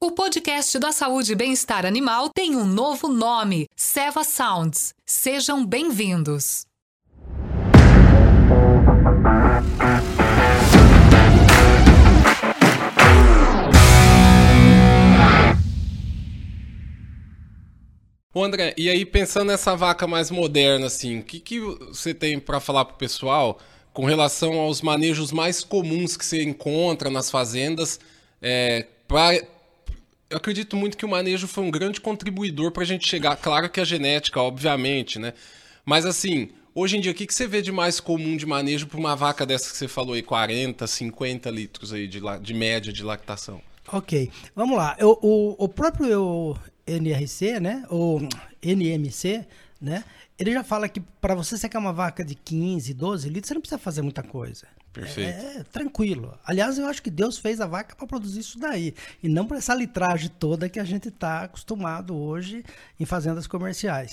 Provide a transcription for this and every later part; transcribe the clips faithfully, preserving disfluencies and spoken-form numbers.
O podcast da Saúde e Bem-Estar Animal tem um novo nome, Seva Sounds. Sejam bem-vindos. Ô André, e aí pensando nessa vaca mais moderna, assim, o que, que você tem para falar pro pessoal com relação aos manejos mais comuns que você encontra nas fazendas? É, pra, eu acredito muito que o manejo foi um grande contribuidor para a gente chegar, claro que a genética, obviamente, né? Mas assim, hoje em dia, o que, que você vê de mais comum de manejo para uma vaca dessa que você falou aí, quarenta, cinquenta litros aí de, de média de lactação? Ok, vamos lá. Eu, o, o próprio N R C, né, o N M C, né, ele já fala que para você secar uma vaca de quinze, doze litros, você não precisa fazer muita coisa. Perfeito. É, é tranquilo. Aliás, eu acho que Deus fez a vaca para produzir isso daí, e não para essa litragem toda que a gente está acostumado hoje em fazendas comerciais.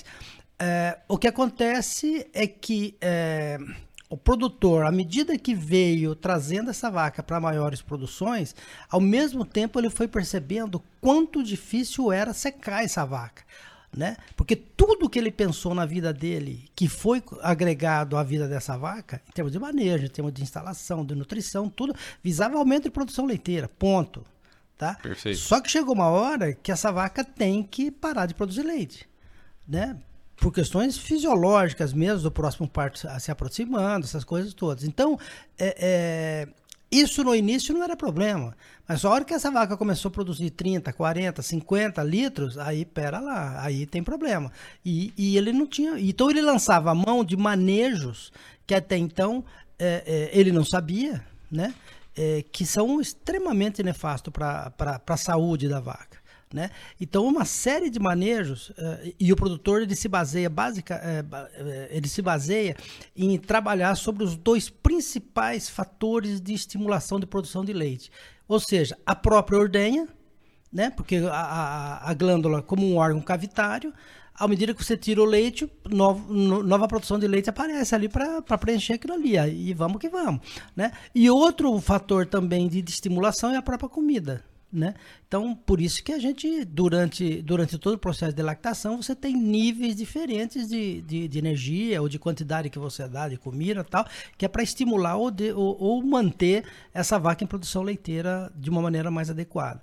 É, o que acontece é que é, o produtor, à medida que veio trazendo essa vaca para maiores produções, ao mesmo tempo ele foi percebendo quanto difícil era secar essa vaca, né? Porque tudo que ele pensou na vida dele, que foi agregado à vida dessa vaca, em termos de manejo, em termos de instalação, de nutrição, tudo, visava aumento de produção leiteira, ponto. Tá? Perfeito. Só que chegou uma hora que essa vaca tem que parar de produzir leite, né? Por questões fisiológicas mesmo, do próximo parto se aproximando, essas coisas todas. Então, é, é, isso no início não era problema. Mas a hora que essa vaca começou a produzir trinta, quarenta, cinquenta litros, aí, pera lá, aí tem problema. E, e ele não tinha... Então, ele lançava a mão de manejos que até então é, é, ele não sabia, né? É, que são extremamente nefastos para a saúde da vaca. Né? Então, uma série de manejos, uh, e o produtor ele se baseia básica, uh, uh, ele se baseia em trabalhar sobre os dois principais fatores de estimulação de produção de leite. Ou seja, a própria ordenha, né? Porque a, a, a glândula, como um órgão cavitário, à medida que você tira o leite, novo, no, nova produção de leite aparece ali para preencher aquilo ali. E vamos que vamos. Né? E outro fator também de, de estimulação é a própria comida. Né? Então, por isso que a gente, durante, durante todo o processo de lactação, você tem níveis diferentes de, de, de energia ou de quantidade que você dá de comida e tal, que é para estimular ou, de, ou, ou manter essa vaca em produção leiteira de uma maneira mais adequada.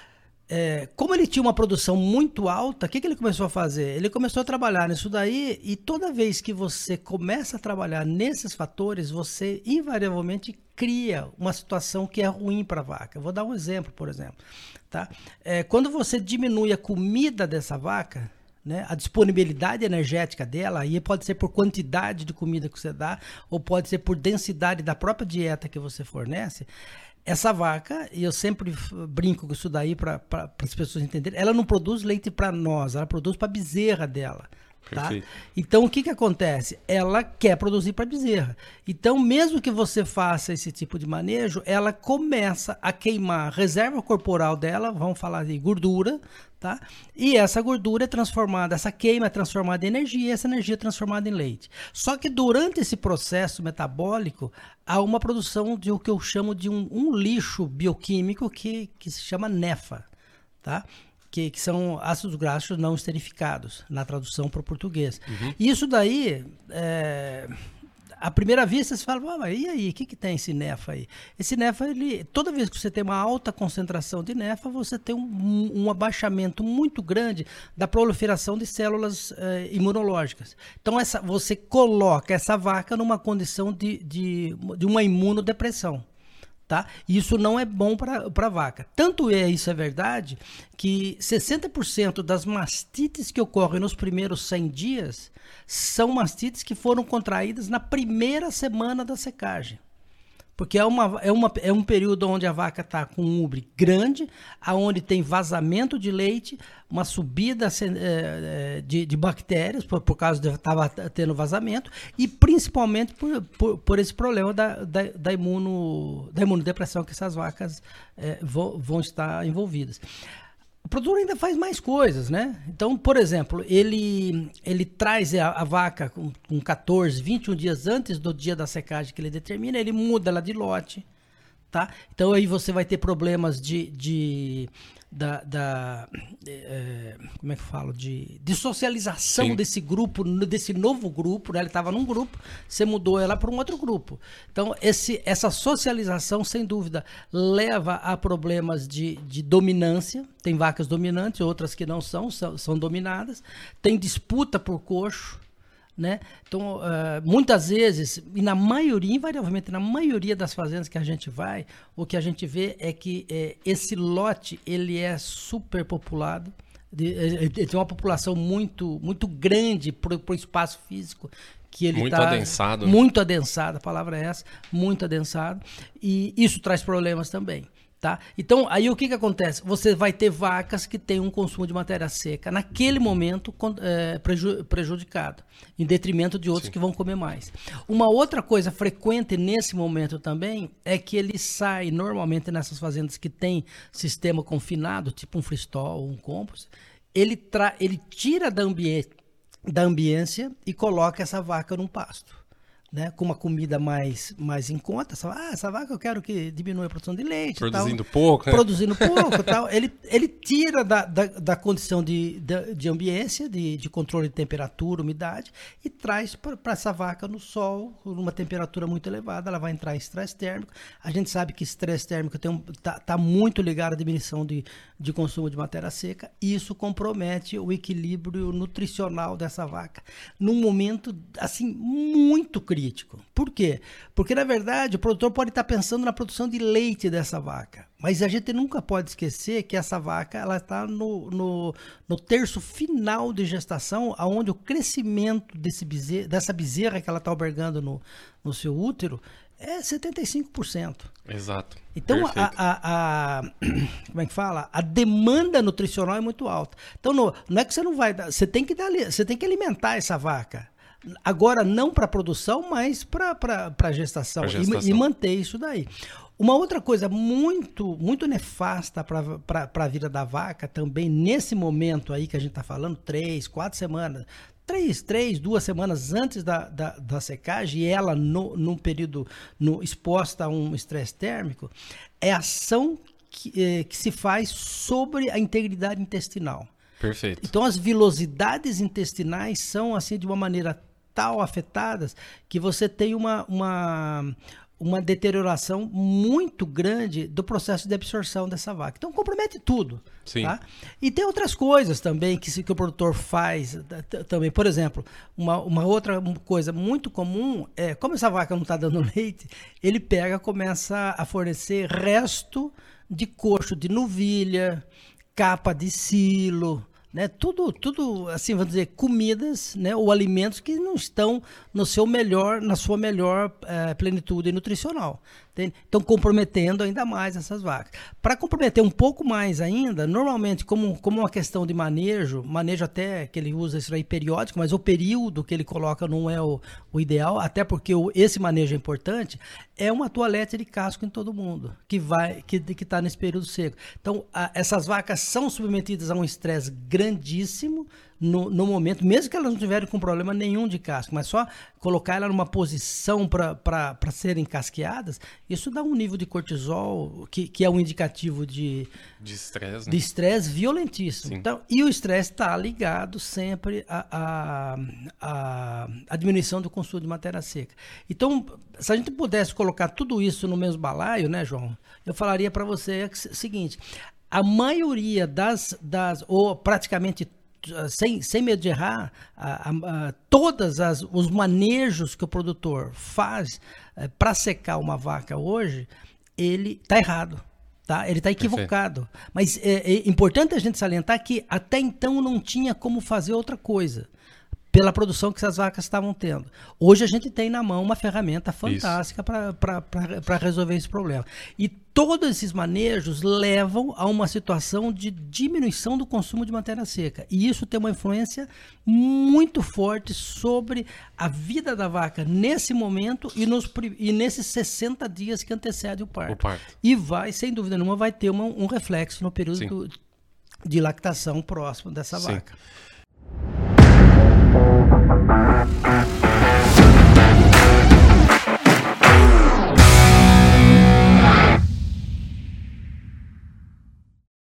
É, como ele tinha uma produção muito alta, o que, que ele começou a fazer? Ele começou a trabalhar nisso daí, e toda vez que você começa a trabalhar nesses fatores, você invariavelmente cria uma situação que é ruim para a vaca. Eu vou dar um exemplo, por exemplo. Tá? É, quando você diminui a comida dessa vaca, né, a disponibilidade energética dela, aí pode ser por quantidade de comida que você dá, ou pode ser por densidade da própria dieta que você fornece. Essa vaca, e eu sempre brinco com isso daí para as pessoas entenderem, ela não produz leite para nós, ela produz para a bezerra dela. Tá? Então, o que, que acontece? Ela quer produzir para a bezerra. Então, mesmo que você faça esse tipo de manejo, ela começa a queimar a reserva corporal dela, vamos falar de gordura, tá? E essa gordura é transformada, essa queima é transformada em energia, e essa energia é transformada em leite. Só que durante esse processo metabólico, há uma produção de o que eu chamo de um, um lixo bioquímico que, que se chama nefa, tá? Que, que são ácidos graxos não esterificados, na tradução para o português. Uhum. E isso daí, é, à primeira vista, você fala, ah, mas e aí, o que, que tem esse nefa aí? Esse nefa, ele, toda vez que você tem uma alta concentração de nefa, você tem um, um abaixamento muito grande da proliferação de células é, imunológicas. Então, essa, você coloca essa vaca numa condição de, de, de uma imunodepressão. Tá? Isso não é bom para a vaca. Tanto é isso é verdade que sessenta por cento das mastites que ocorrem nos primeiros cem dias são mastites que foram contraídas na primeira semana da secagem. Porque é, uma, é, uma, é um período onde a vaca está com um ubre grande, onde tem vazamento de leite, uma subida é, de, de bactérias, por, por causa de estava tendo vazamento, e principalmente por, por, por esse problema da, da, da, imuno, da imunodepressão que essas vacas é, vão, vão estar envolvidas. O produtor ainda faz mais coisas, né? Então, por exemplo, ele, ele traz a, a vaca com, com quatorze, vinte e um dias antes do dia da secagem que ele determina, ele muda ela de lote, tá? Então, aí você vai ter problemas de, de, da, da é, como é que eu falo, de, de socialização Sim. desse grupo, desse novo grupo, né? Ele estava num grupo, você mudou ela para um outro grupo. Então, esse, essa socialização, sem dúvida, leva a problemas de, de dominância. Tem vacas dominantes, outras que não são, são, são dominadas. Tem disputa por coxo. Né? Então, uh, muitas vezes, e na maioria, invariavelmente, na maioria das fazendas que a gente vai, o que a gente vê é que é, esse lote ele é superpopulado, ele tem uma população muito, muito grande para o espaço físico que ele muito tá, adensado. Muito adensado, a palavra é essa, muito adensado, e isso traz problemas também. Tá? Então, aí o que, que acontece? Você vai ter vacas que têm um consumo de matéria seca, naquele momento, é, preju- prejudicado, em detrimento de outros Sim. que vão comer mais. Uma outra coisa frequente nesse momento também é que ele sai, normalmente nessas fazendas que tem sistema confinado, tipo um freestall ou um compost, ele, tra- ele tira da, ambi- da ambiência e coloca essa vaca num pasto. Né, com uma comida mais, mais em conta, essa, ah, essa vaca eu quero que diminua a produção de leite. Produzindo tal, pouco, né? Produzindo pouco tal. Ele, ele tira da, da, da condição de, de, de ambiência, de, de controle de temperatura, umidade, e traz para essa vaca no sol, numa temperatura muito elevada, ela vai entrar em estresse térmico. A gente sabe que estresse térmico está um, tá, tá muito ligado à diminuição de, de consumo de matéria seca, e isso compromete o equilíbrio nutricional dessa vaca, num momento assim muito crítico. Por quê? Porque, na verdade, o produtor pode estar pensando na produção de leite dessa vaca, mas a gente nunca pode esquecer que essa vaca ela está no, no, no terço final de gestação, onde o crescimento desse bezerra, dessa bezerra que ela está albergando no, no seu útero é setenta e cinco por cento. Exato. Então, a, a, a, como é que fala? A demanda nutricional é muito alta. Então, no, não é que você não vai dar, você tem que dar, você tem que alimentar essa vaca. Agora, não para produção, mas para a gestação, gestação. E, e manter isso daí. Uma outra coisa muito, muito nefasta para a vida da vaca, também nesse momento aí que a gente está falando, três, quatro semanas, três, três, duas semanas antes da, da, da secagem, e ela no, num período no, exposta a um estresse térmico, é a ação que, eh, que se faz sobre a integridade intestinal. Perfeito. Então, as vilosidades intestinais são, assim, de uma maneira tal afetadas que você tem uma, uma, uma deterioração muito grande do processo de absorção dessa vaca. Então, compromete tudo. Sim. Tá? E tem outras coisas também que, que o produtor faz. Também. Por exemplo, uma, uma outra coisa muito comum é, como essa vaca não está dando leite, ele pega, começa a fornecer resto de coxo de novilha, capa de silo, né? Tudo, tudo, assim, vamos dizer, comidas, né? Ou alimentos que não estão no seu melhor, na sua melhor eh, plenitude nutricional. Entende? Então, comprometendo ainda mais essas vacas. Para comprometer um pouco mais ainda, normalmente, como, como uma questão de manejo, manejo até que ele usa isso aí periódico, mas o período que ele coloca não é o, o ideal, até porque o, esse manejo é importante, é uma toalete de casco em todo mundo, que vai, que que está nesse período seco. Então, a, essas vacas são submetidas a um estresse grandíssimo no, no momento, mesmo que elas não tiverem com problema nenhum de casco, mas só colocar ela numa posição para serem casqueadas, isso dá um nível de cortisol que, que é um indicativo de de estresse, né? de estresse violentíssimo. Então, e o estresse está ligado sempre à a, a, a, a diminuição do consumo de matéria seca. Então, se a gente pudesse colocar tudo isso no mesmo balaio, né, João? Eu falaria para você o seguinte: a maioria das, das ou praticamente Sem, sem medo de errar, a, a, a, todos os manejos que o produtor faz é, para secar uma vaca hoje, ele está errado, tá? Ele está equivocado. Perfeito. Mas é, é importante a gente salientar que até então não tinha como fazer outra coisa, pela produção que essas vacas estavam tendo. Hoje a gente tem na mão uma ferramenta fantástica para resolver esse problema. E todos esses manejos levam a uma situação de diminuição do consumo de matéria seca. E isso tem uma influência muito forte sobre a vida da vaca nesse momento e, nos, e nesses sessenta dias que antecedem o parto. O parto. E vai, sem dúvida nenhuma, vai ter uma, um reflexo no período do, de lactação próximo dessa Sim. vaca.